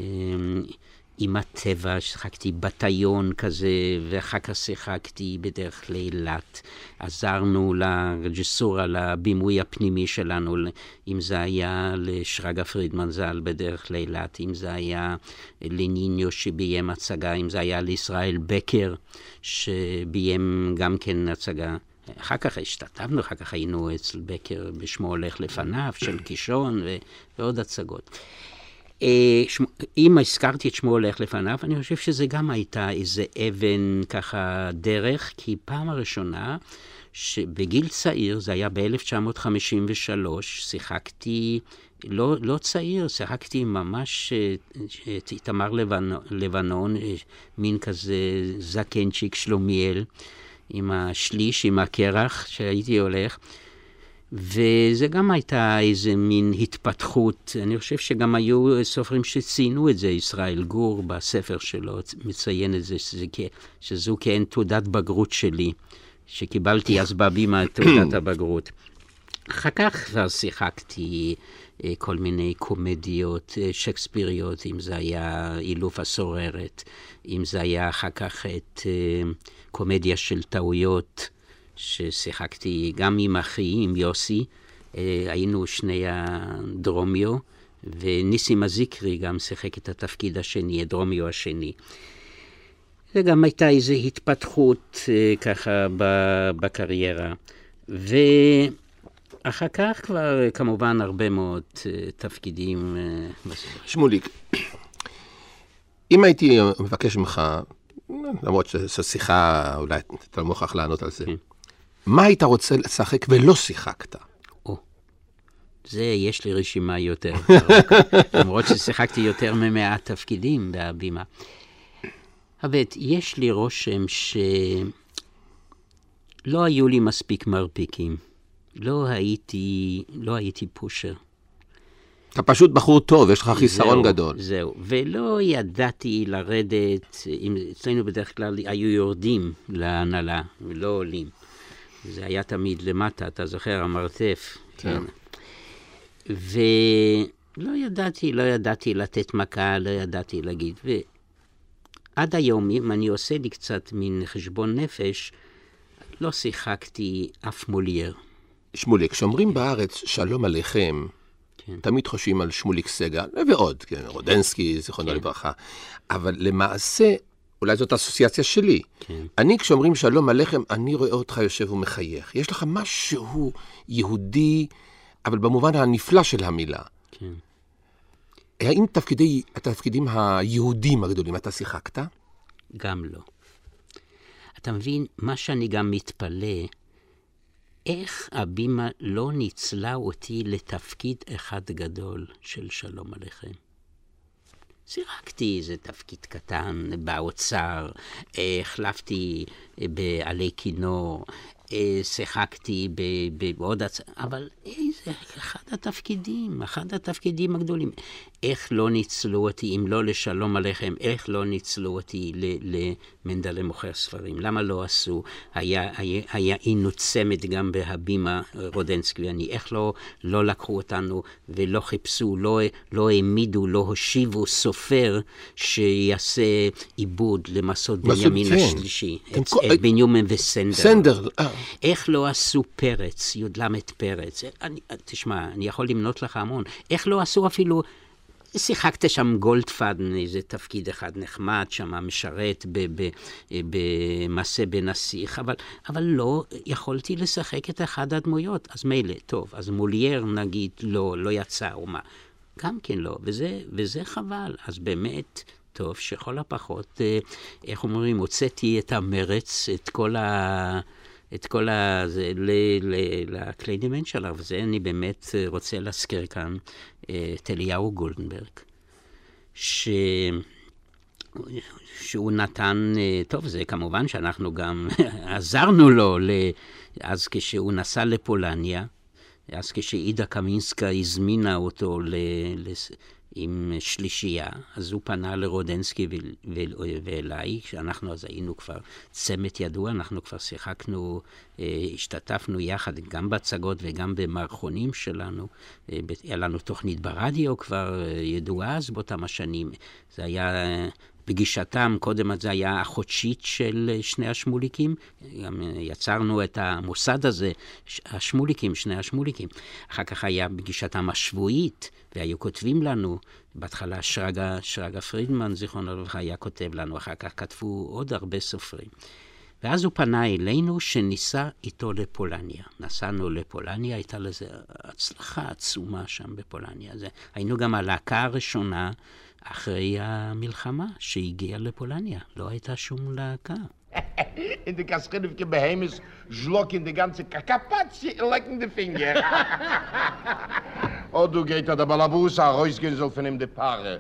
עם הטבע, שיחקתי בטיון כזה, ואחר כך שיחקתי בדרך לאילת. עזרנו לרג'סורה, לבימוי הפנימי שלנו, אם זה היה לשרגא פרידמן ז"ל בדרך לאילת, אם זה היה לניניו שביים הצגה, אם זה היה לישראל בקר שביים גם כן הצגה. אחר כך השתתפנו, אחר כך היינו אצל בקר בשמו הולך לפניו, של קישון ו- ועוד הצגות. אם הזכרתי את שמו הולך לפניו, אני חושב שזה גם הייתה איזה אבן ככה דרך, כי פעם הראשונה שבגיל צעיר, זה היה ב-אלף תשע מאות חמישים ושלוש, שיחקתי, לא, לא צעיר, שיחקתי ממש את איתמר לבנון, לבנון, מין כזה זקנצ'יק שלומיאל, עם השליש, עם הקרח שהייתי הולך, וזה גם הייתה איזה מין התפתחות. אני חושב שגם היו סופרים שציינו את זה, ישראל גור בספר שלו מציין את זה, שזה, שזו כאין תעודת בגרות שלי, שקיבלתי אז בבימה את תעודת הבגרות. אחר כך כבר שיחקתי כל מיני קומדיות שקספיריות, אם זה היה אילוף הסוררת, אם זה היה אחר כך את קומדיה של טעויות, ששיחקתי גם עם אחי, עם יוסי, היינו שני הדרומיו, וניסים הזיקרי גם שיחק את התפקיד השני, הדרומיו השני. וגם הייתה איזו התפתחות ככה בקריירה. ואחר כך כבר כמובן הרבה מאוד תפקידים. שמוליק, אם הייתי מבקש ממך, למרות שזו שיחה, אולי אתה לא מוכרח לענות על זה, מה היית רוצה לשחק ולא שיחקת? או, זה יש לי רשימה יותר. למרות ששיחקתי יותר ממאה תפקידים בהבימה. אבל יש לי רושם שלא היו לי מספיק מרפיקים. לא הייתי, לא הייתי פושר. אתה פשוט בחור טוב, יש לך חיסרון גדול. זהו, ולא ידעתי לרדת, אצלנו בדרך כלל היו יורדים להנהלה, ולא עולים. זה היה תמיד למטה, אתה זוכר, המרתף. כן. ולא ידעתי, לא ידעתי לתת מכה, לא ידעתי להגיד. ועד היום, אם אני עושה לי קצת מן חשבון נפש, לא שיחקתי אף מולייר. שמוליק, כשאומרים בארץ שלום עליכם, כן. תמיד חושבים על שמוליק סגל, ועוד, כן, רודנסקי, זיכרונו כן. לברכה. אבל למעשה, אולי זאת אסוציאציה שלי. כן. אני, כשאומרים שלום עליכם, אני רואה אותך יושב ומחייך. יש לך משהו יהודי, אבל במובן הנפלא של המילה. כן. האם תפקידי, התפקידים היהודים הגדולים, אתה שיחקת? גם לא. אתה מבין, מה שאני גם מתפלא, איך הבימה לא ניצלה אותי לתפקיד אחד גדול של שלום עליכם. שיחקתי איזה תפקיד קטן באוצר, החלפתי בעלי כינור, שיחקתי בעוד הצ... אבל איזה אחד התפקידים, אחד התפקידים הגדולים. איך לא ניצלו אותי, אם לא לשלום עליכם, איך לא ניצלו אותי למנדלה מוכר ספרים? למה לא עשו? היה, היה, היה אינו צמד גם בהבימה רודנסקי ואני. איך לא, לא לקחו אותנו ולא חיפשו, לא, לא העמידו, לא הושיבו סופר שיעשה עיבוד למסעות בנימין כן. השלישי. את, כל... את בנימין וסנדר. סנדר. איך לא עשו פרץ, יודלמת פרץ? אני, תשמע, אני יכול למנות לך המון. איך לא עשו אפילו... שיחקת שם גולדפדן, איזה תפקיד אחד נחמד, שם משרת במעשה בנסיך, אבל, אבל לא יכולתי לשחק את אחד הדמויות. אז מילא, טוב, אז מולייר נגיד לא, לא יצא או מה. גם כן לא, וזה, וזה חבל. אז באמת, טוב, שכל הפחות, איך אומרים, הוצאתי את המרץ, את כל ה... את כל הזה לכלי דימן שלה, וזה אני באמת רוצה להזכיר כאן את אליהו גולדנברג, ש... שהוא נתן, טוב, זה כמובן שאנחנו גם עזרנו לו, אז כשהוא נסע לפולניה, אז כשעידה קמינסקה הזמינה אותו ל... עם שלישייה, אז הוא פנה לרודנסקי ואליי, שאנחנו אז היינו כבר צמד ידוע, אנחנו כבר שיחקנו, השתתפנו יחד גם בהצגות וגם במערכונים שלנו, היה לנו תוכנית ברדיו כבר ידועה אז באותם השנים, זה היה פגישתם, קודם זה היה החודשית של שני השמוליקים, גם יצרנו את המוסד הזה, השמוליקים, שני השמוליקים, אחר כך היה פגישתם השבועית, והיו כותבים לנו, בהתחלה שרגא, שרגא פרידמן, זיכרונו לברכה, היה כותב לנו, אחר כך כתבו עוד הרבה סופרים. ואז הוא פנה אלינו שניסה איתו לפולניה. נסענו לפולניה, הייתה לזה הצלחה עצומה שם בפולניה. זה, היינו גם הלהקה הראשונה אחרי המלחמה שהגיעה לפולניה. לא הייתה שום להקה. In de Kaschinivke Behemoth schlock in de ganze Kakapatje lecken de Finger. Oh, du geht da der Balabusa rausgehen soll von ihm de Paare.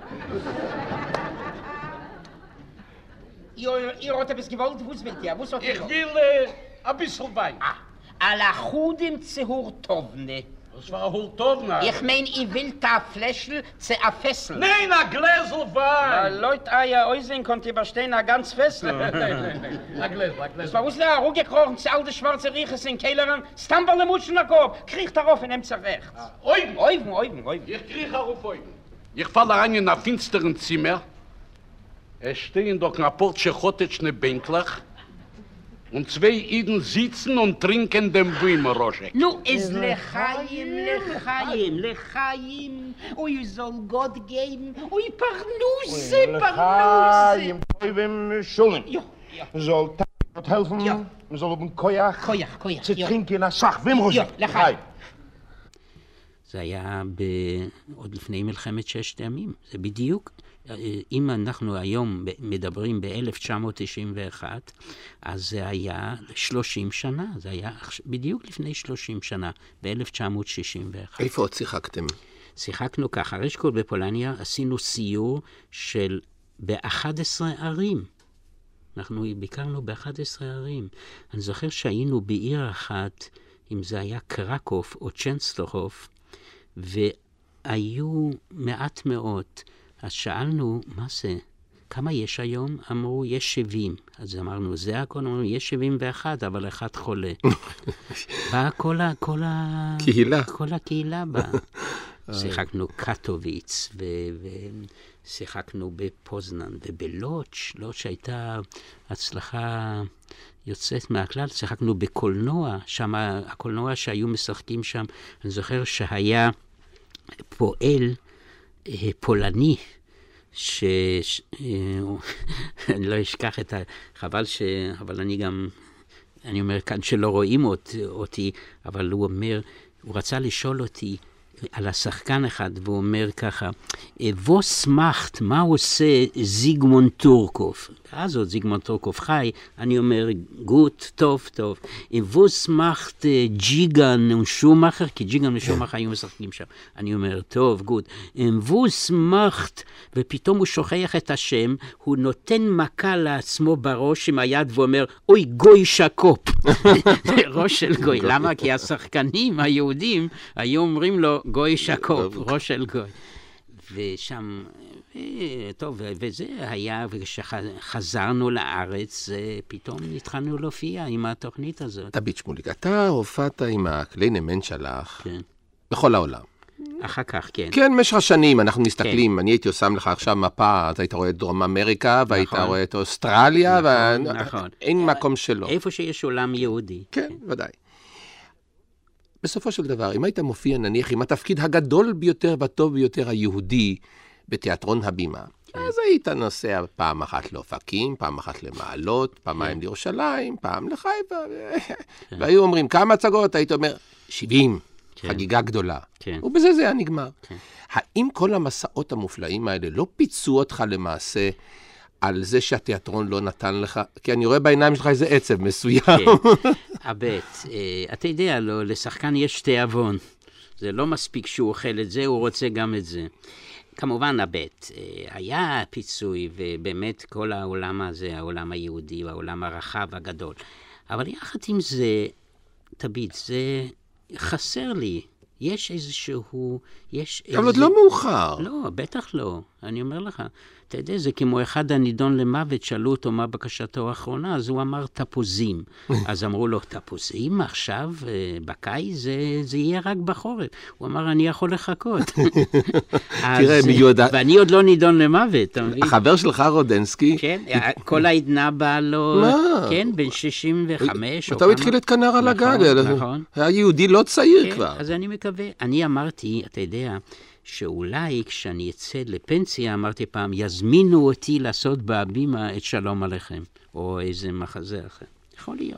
Ihr, ihr hat etwas gewollt, was wollt ihr? Was hat ihr? Ich will äh, ein bisschen Wein. Ah, ala Chudim Zehur Tovne. Das war ein Hultovna. Ich mein, ich will da Fläschel zu a Fessel. Nein, ein Gläsel Wein. Leute, euer Äußern konnte überstehen, a ganz Fessel. Nein, nein, nein. Ein Gläsel, ein Das Gläsel. war ausla, rumgekrochen, zu alte schwarze Rieches in Kehleren, Stamperle Mutschenerkorb, kriegt darauf in dem zurecht. Eugen. Eugen, Eugen, Eugen. Ich krieg auch auf Eugen. Ich falle rein in ein finsteren Zimmer. Es stehen doch ein paar tschechotitschne Bänklach. Und zwei Iden sitzen und trinken den Bäumerosche. Nu, es lechaim, lechaim, lechaim. Ui, soll Gott geben. Ui, Parnusse, Parnusse. Im Teufel Schulden. Ja, ja. Soll Gott helfen? Ja. Wir sollen um Kojach. Kojach, Kojach, zu ja. trinken in Sach, Wimrus. Ja, לחיים. זה היה ב... עוד לפני מלחמת ששת הימים, זה בדיוק. אם אנחנו היום מדברים ב-אלף תשע מאות תשעים ואחת, אז זה היה שלושים שנה, זה היה בדיוק לפני שלושים שנה, ב-אלף תשע מאות שישים ואחת. איפה עוד שיחקתם? שיחקנו ככה, רשקול בפולניה, עשינו סיור של ב-אחת עשרה ערים. אנחנו ביקרנו ב-אחת עשרה ערים. אני זוכר שהיינו בעיר אחת, אם זה היה קרקוף או צ'נסטרהוף, והיו מעט מאוד. אז שאלנו, מה זה? כמה יש היום? אמרו, יש שבעים. אז אמרנו, זה הכל? אמרו, יש שבעים ואחת, אבל אחד חולה. באה כל ה... כל ה... קהילה. כל הקהילה באה. שיחקנו קטוביץ, ושיחקנו בפוזנן, ובלוטש, לוטש הייתה הצלחה יוצאת מהכלל. שיחקנו בקולנוע, שם הקולנוע שהיו משחקים שם, אני זוכר שהיה פועל, פולני, ש... אני לא אשכח את ה... חבל ש... אבל אני גם... אני אומר כאן שלא רואים אותי, אבל הוא אומר, הוא רצה לשאול אותי על השחקן אחד, והוא אומר ככה, ווס מאכט, מה עושה זיגמונד טורקוף? אז עוד זיגמונד טורקוף חי, אני אומר, גוט, טוב, טוב. ווס מאכט ג'יגן ושומאחר, כי ג'יגן ושומאחר היו משחקים שם. אני אומר, טוב, גוט. ווס מאכט, ופתאום הוא שוכח את השם, הוא נותן מכה לעצמו בראש עם היד ואומר, אוי, גוי שקופ. ראש של גוי. למה? כי השחקנים היהודים היו אומרים לו, גוי שקופ, ראש של גוי. ושם, טוב, וזה היה, וכשחזרנו לארץ, פתאום התחלנו להופיע עם התוכנית הזאת. תביט שמוליק, אתה הופעת עם הכלי נמן שלך כן. בכל העולם. אחר כך, כן. כן, במשך השנים אנחנו מסתכלים, אני הייתי עושה לך עכשיו מפה, אז היית רואה את דרום אמריקה, והיית רואה את אוסטרליה, נכון. אין מקום שלו. איפה שיש עולם יהודי. כן, ודאי. בסופו של דבר, אם היית מופיע נניח עם התפקיד הגדול ביותר והטוב ביותר היהודי בתיאטרון הבימה, אז היית נוסע פעם אחת לאופקים, פעם אחת למעלות, פעמיים לירושלים, פעם לחיפה, והיו אומרים כמה הצגות, היית אומר, שבעים, חגיגה גדולה. ובזה זה היה נגמר. האם כל המסעות המופלאים האלה לא פיצו אותך למעשה על זה שהתיאטרון לא נתן לך? כי אני רואה בעיניים שלך איזה עצב מסוים. הבט, אתה יודע, לשחקן יש תיאבון. זה לא מספיק שהוא אוכל את זה, הוא רוצה גם את זה. כמובן, הבט, היה פיצוי, ובאמת כל העולם הזה, העולם היהודי, העולם הרחב הגדול. אבל יחד עם זה, תביט, זה חסר לי. יש איזשהו, יש איזה... אבל עוד לא מאוחר. לא, בטח לא. אני אומר לך, אתה יודע, זה כמו אחד הנידון למוות, שאלו אותו מה בקשתו האחרונה, אז הוא אמר תפוזים. אז אמרו לו, תפוזים עכשיו, בקיץ, זה, זה יהיה רק בחורף. הוא אמר, אני יכול לחכות. תראה, מיודע... ואני עוד לא נידון למוות, אתה מבין? החבר שלך, רודנסקי... כן, כל העדנה באה לו... מה? כן, בין שישים וחמש או כמה... אתה התחיל את כנר על הגג. נכון. היהודי לא צעיר כן, כבר. אז אני מקווה. אני אמרתי, אתה יודע... שאולי כשאני אצא לפנסיה, אמרתי פעם, יזמינו אותי לעשות בהבימה את שלום עליכם, או איזה מחזה אחר. יכול להיות.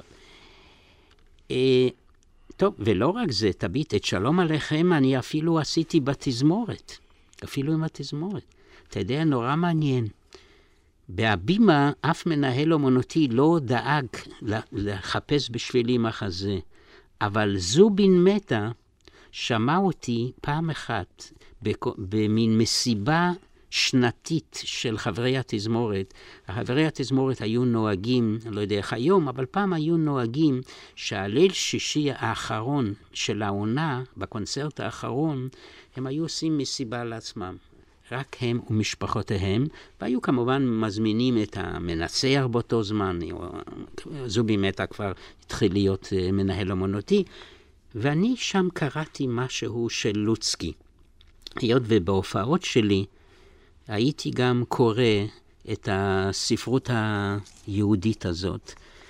אה, טוב, ולא רק זה, תביט, את שלום עליכם אני אפילו עשיתי בתזמורת. אפילו עם התזמורת. אתה יודע, נורא מעניין. בהבימה, אף מנהל אומנותי לא דאג לחפש בשבילי מחזה. אבל זובין מתה שמע אותי פעם אחת, במין מסיבה שנתית של חברי התזמורת. חברי התזמורת היו נוהגים, אני לא יודע איך היום, אבל פעם היו נוהגים שהליל שישי האחרון של העונה, בקונצרט האחרון, הם היו עושים מסיבה לעצמם. רק הם ומשפחותיהם, והיו כמובן מזמינים את המנצח באותו זמן, זובי מטה כבר התחיל להיות מנהל אומנותי, ואני שם קראתי משהו של לוצקי. היות ובהופעות שלי הייתי גם קורא את הספרות היהודית הזאת,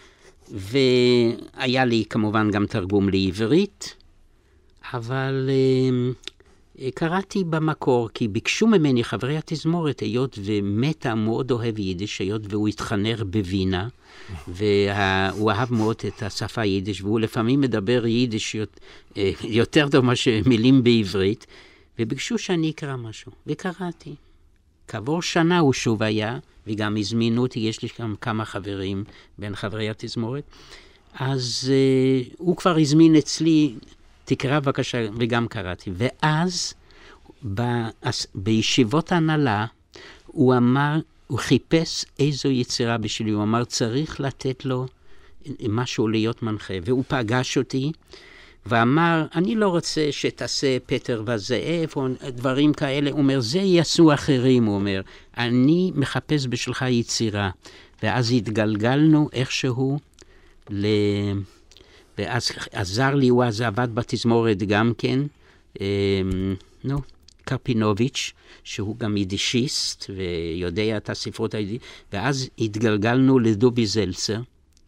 והיה לי כמובן גם תרגום לעברית, אבל קראתי במקור, כי ביקשו ממני חברי התזמורת, היות ומטה מאוד אוהב יידיש, היות והוא התחנך בווינה, והוא אהב מאוד את השפה היידיש, והוא לפעמים מדבר יידיש יותר טוב מה שמילים בעברית, וביקשו שאני אקרא משהו, וקראתי. כעבור שנה הוא שוב היה, וגם הזמינו אותי, יש לי גם כמה חברים בין חברי התזמורת, אז uh, הוא כבר הזמין אצלי, תקרא בבקשה, וגם קראתי. ואז ב, בישיבות הנהלה, הוא אמר, הוא חיפש איזו יצירה בשבילי, הוא אמר, צריך לתת לו משהו להיות מנחה, והוא פגש אותי, ואמר, אני לא רוצה שתעשה פטר וזאב, או דברים כאלה. הוא אומר, זה יעשו אחרים, הוא אומר. אני מחפש בשבילך יצירה. ואז התגלגלנו איכשהו, ל... ואז עזר לי, הוא אז עבד בתזמורת גם כן, נו, קרפינוביץ', שהוא גם יידישיסט, ויודע את הספרות היידית, ואז התגלגלנו לדובי זלצר,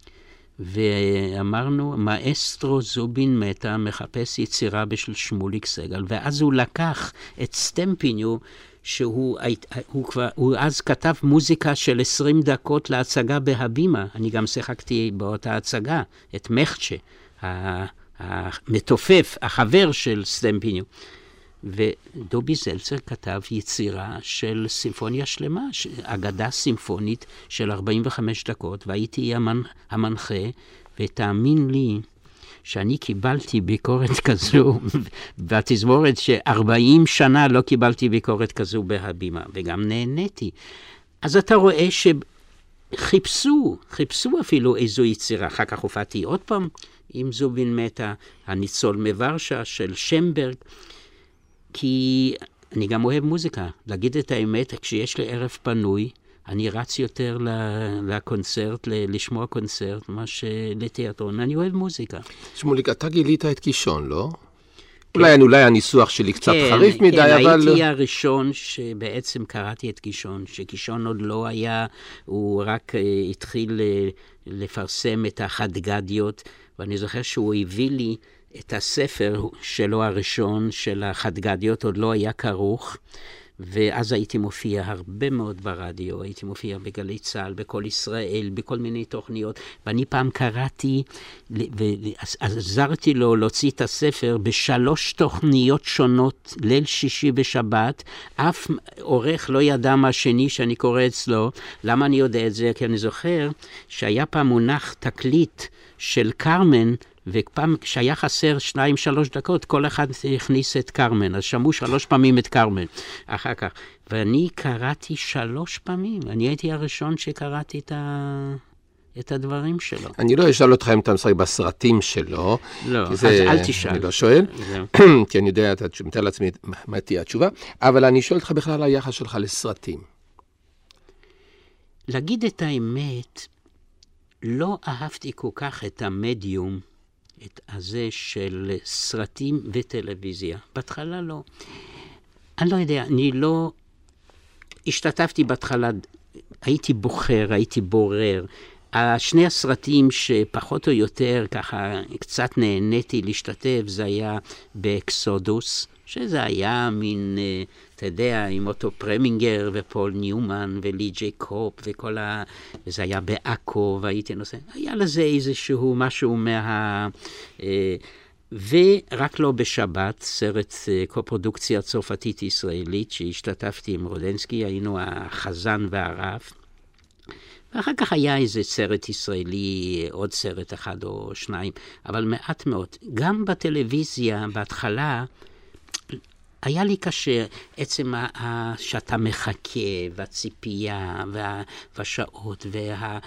ואמרנו, מאסטרו זובין מטה מחפש יצירה בשביל שמוליק סגל, ואז הוא לקח את סטמפיניו, שהוא הוא כבר, הוא אז כתב מוזיקה של עשרים דקות להצגה בהבימה, אני גם שיחקתי באותה הצגה, את מחצ'ה, המתופף, החבר של סטמפיניו, ודובי זלצר כתב יצירה של סימפוניה שלמה, אגדה סימפונית של ארבעים וחמש דקות, והייתי המנ... המנחה, ותאמין לי שאני קיבלתי ביקורת כזו, בתזמורת ש-ארבעים שנה לא קיבלתי ביקורת כזו בהבימה, וגם נהניתי. אז אתה רואה שחיפשו, חיפשו אפילו איזו יצירה, אחר כך הופעתי עוד פעם עם זובין מטה, הניצול מוורשה של שמברג, כי אני גם אוהב מוזיקה. להגיד את האמת, כשיש לי ערב פנוי, אני רץ יותר לקונצרט, לשמוע קונצרט, מה שלתיאטרון. אני אוהב מוזיקה. שמוליק, אתה גילית את קישון, לא? אולי, אולי הניסוח שלי קצת חריף מדי, אבל... כן, הייתי הראשון שבעצם קראתי את קישון, שקישון עוד לא היה, הוא רק התחיל לפרסם את החדגדיות, ואני זוכר שהוא הביא לי את הספר שלו הראשון, של החדגדיות, עוד לא היה כרוך, ואז הייתי מופיע הרבה מאוד ברדיו, הייתי מופיע בגלי צהל, בכל ישראל, בכל מיני תוכניות, ואני פעם קראתי, ועזרתי לו להוציא את הספר בשלוש תוכניות שונות, ליל שישי ושבת, אף עורך לא ידע מה שני שאני קורא אצלו. למה אני יודע את זה? כי אני זוכר שהיה פעם מונח תקליט של קרמן, ופעם שהיה חסר שניים שלוש דקות, כל אחד הכניס את קרמן, אז שמעו שלוש פעמים את קרמן אחר כך. ואני קראתי שלוש פעמים, אני הייתי הראשון שקראתי את, ה... את הדברים שלו. אני לא אשאל אותך אם אתה משחק בסרטים שלו. לא, אז זה... אל תשאל. אני לא שואל, כי אני יודע, אתה מתאר לעצמי מה תהיה התשובה, אבל אני שואל אותך בכלל על היחס שלך לסרטים. להגיד את האמת, לא אהבתי כל כך את המדיום, את הזה של סרטים וטלוויזיה. בהתחלה לא. אני לא יודע, אני לא... השתתפתי בהתחלה, הייתי בוחר, הייתי בורר. השני הסרטים שפחות או יותר ככה קצת נהניתי להשתתף, זה היה באקסודוס, שזה היה מין, אתה יודע, עם אוטו פרמינגר ופול ניומן ולי ג'יי קופ וכל ה... וזה היה באקו והייתי נוסע. היה לזה איזשהו משהו מה... ורק לא בשבת, סרט קופרודוקציה צרפתית ישראלית שהשתתפתי עם רודנסקי, היינו החזן והרב. ואחר כך היה איזה סרט ישראלי, עוד סרט אחד או שניים, אבל מעט מאוד. גם בטלוויזיה, בהתחלה, היה לי קשה, עצם ה- שאתה מחכה, והציפייה, וה- והשעות, וה...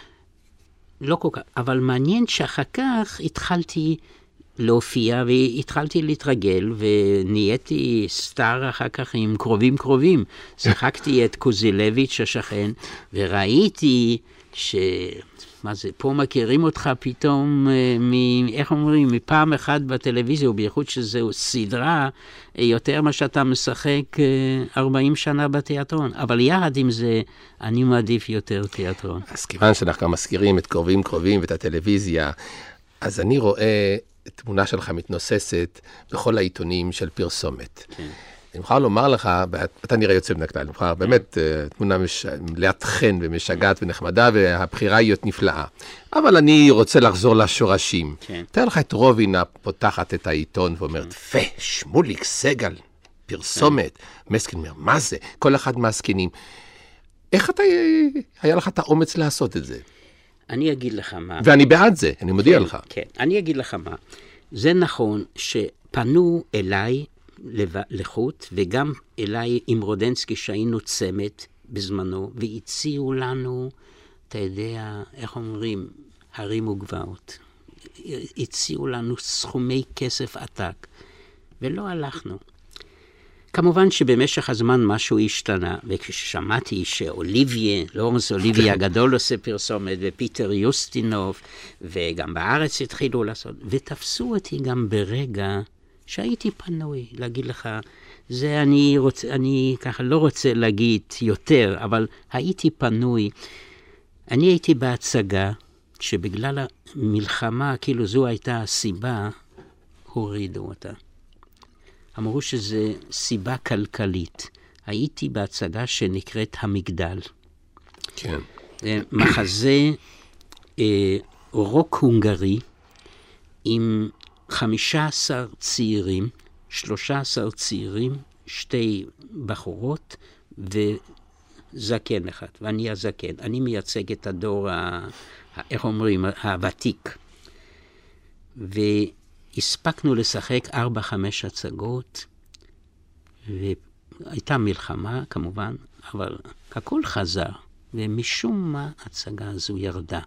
לא כל כך, אבל מעניין שאחר כך התחלתי להופיע, והתחלתי להתרגל, ונהייתי סטאר אחר כך עם קרובים קרובים. שיחקתי את קוזילביץ' השכן, וראיתי ש... מה זה, פה מכירים אותך פתאום, מ... איך אומרים, מפעם אחת בטלוויזיה, ובייחוד שזו סדרה, יותר מה שאתה משחק ארבעים שנה בתיאטרון. אבל יחד עם זה, אני מעדיף יותר תיאטרון. אז כיוון שאנחנו גם מזכירים את קרובים קרובים ואת הטלוויזיה, אז אני רואה תמונה שלך מתנוססת בכל העיתונים של פרסומת. כן. אני מוכרח לומר לך, אתה נראה יוצא מן הכלל, אני מוכרח באמת תמונה מלאת חן ומשגעת ונחמדה, והבחירה היא נפלאה. אבל אני רוצה לחזור לשורשים. כן. תאר לך את רובינה פותחת את העיתון ואומרת, פה, שמוליק סגל, פרסומת, כן. מסקין אומר, מה זה? כל אחד מהסקינים. איך אתה, היה לך את האומץ לעשות את זה? אני אגיד לך מה. ואני בעד זה, אני מודיע כן, לך. כן, אני אגיד לך מה. זה נכון שפנו אליי לחוט, וגם אליי עם רודנסקי שהיינו צמד בזמנו, והציעו לנו, אתה יודע, איך אומרים, הרים וגבעות. הציעו לנו סכומי כסף עתק, ולא הלכנו. כמובן שבמשך הזמן משהו השתנה, וכששמעתי שאוליביה, לורנס אוליביה הגדול עושה פרסומת, ופיטר יוסטינוב, וגם בארץ התחילו לעשות, ותפסו אותי גם ברגע שהייתי פנוי להגיד לך, זה אני רוצה, אני ככה לא רוצה להגיד יותר, אבל הייתי פנוי. אני הייתי בהצגה, שבגלל המלחמה, כאילו זו הייתה הסיבה, הורידו אותה. אמרו שזה סיבה כלכלית. הייתי בהצגה שנקראת המגדל. כן. מחזה אה, רוק הונגרי עם חמישה עשר צעירים, שלושה עשר צעירים, שתי בחורות וזקן אחד. ואני הזקן. אני מייצג את הדור, ה, איך אומרים, הוותיק. ו... הספקנו לשחק ארבע, חמש הצגות, והייתה מלחמה כמובן, אבל הכל חזר, ומשום מה הצגה הזו ירדה.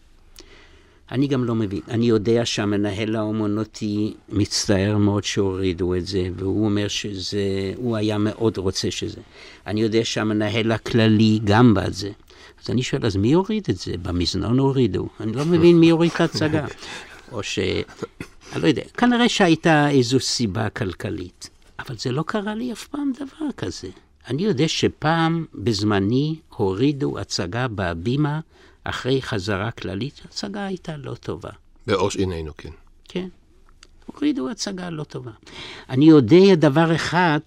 אני גם לא מבין, אני יודע שהמנהל האומנותי מצטער מאוד שהורידו את זה, והוא אומר שזה, הוא היה מאוד רוצה שזה. אני יודע שהמנהל הכללי גם בעד זה. אז אני שואל, אז מי הוריד את זה? במזנון הורידו. אני לא מבין מי הוריד את ההצגה. או ש... אני לא יודע, כנראה שהייתה איזו סיבה כלכלית, אבל זה לא קרה לי אף פעם דבר כזה. אני יודע שפעם בזמני הורידו הצגה בהבימה אחרי חזרה כללית, הצגה הייתה לא טובה. באוש עינינו, כן. כן, הורידו הצגה לא טובה. אני יודע דבר אחד,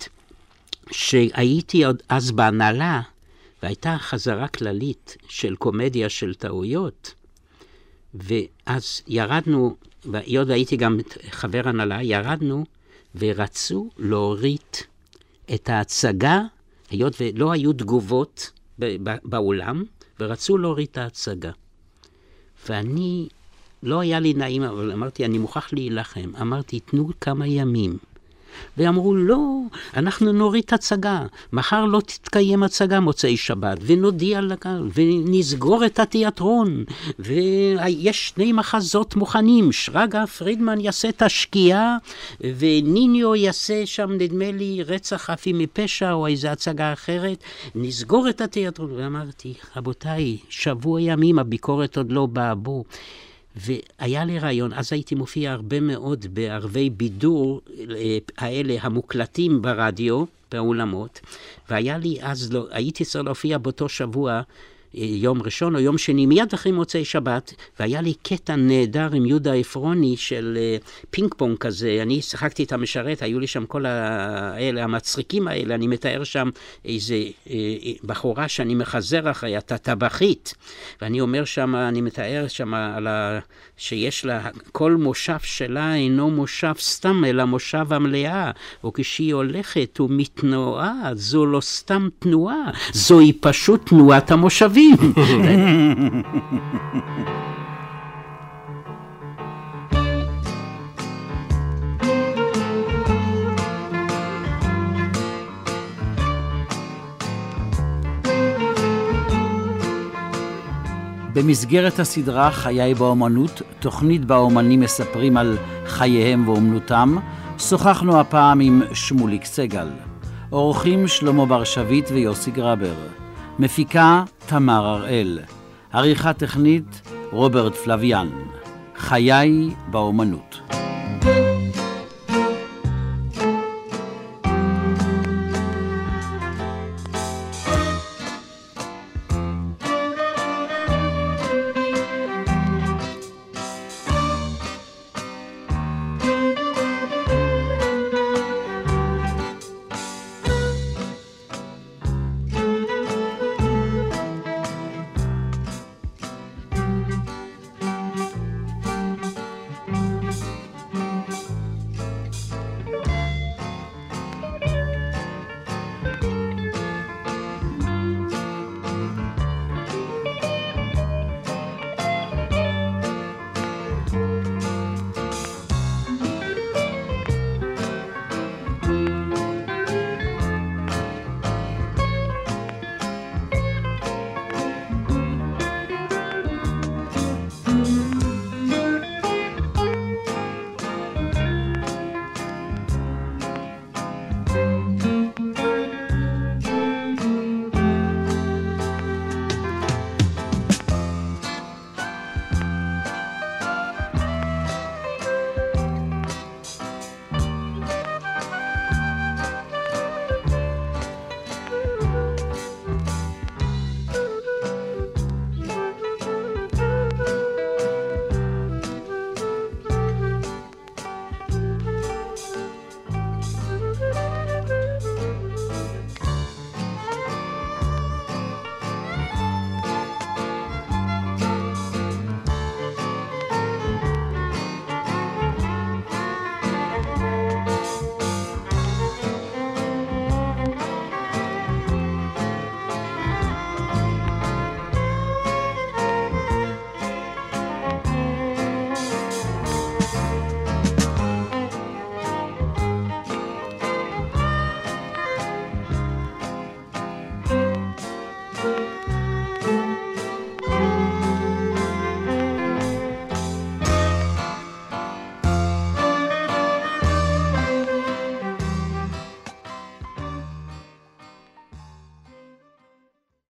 שהייתי עוד אז בהנהלה, והייתה חזרה כללית של קומדיה של טעויות, ואז ירדנו, והיות הייתי גם חבר הנהלה, ירדנו ורצו להוריד את ההצגה, היות ולא היו תגובות באולם, ורצו להוריד את ההצגה. ואני, לא היה לי נעים, אבל אמרתי, אני מוכרח להילחם. אמרתי, תנו כמה ימים. ואמרו, לא, אנחנו נוריד את הצגה. מחר לא תתקיים הצגה מוצאי שבת, ונודיע לקהל, ונסגור את התיאטרון. ויש שני מחזות מוכנים. שרגא פרידמן יעשה את השקיעה, וניניו יעשה שם, נדמה לי, רצח חפים מפשע, או איזו הצגה אחרת. נסגור את התיאטרון. ואמרתי, רבותיי, שבוע ימים, הביקורת עוד לא באה בו. והיה לי רעיון, אז הייתי מופיע הרבה מאוד בערבי בידור האלה המוקלטים ברדיו, באולמות, והיה לי אז, לא, הייתי צריך להופיע באותו שבוע, יום ראשון או יום שני, מיד אחרי מוצאי שבת, והיה לי קטע נהדר עם יהודה עפרוני של פינג פונג כזה, אני שחקתי את המשרת, היו לי שם כל האלה, המצחיקים האלה, אני מתאר שם איזה בחורה שאני מחזר אחרי, את הטבחית, ואני אומר שם, אני מתאר שם על ה... שיש לה, כל מושב שלה אינו מושב סתם, אלא מושב המלאה, או כשהיא הולכת ומתנועה, זו לא סתם תנועה, זוהי פשוט תנועת המושבים. במסגרת הסדרה חיי באומנות, תוכנית בה אומנים מספרים על חייהם ואומנותם, שוחחנו הפעם עם שמוליק סגל. אורחים שלמה ברשבית ויוסי גרבר. מפיקה תמר הראל. עריכה טכנית רוברט פלוויאן. חיי באומנות.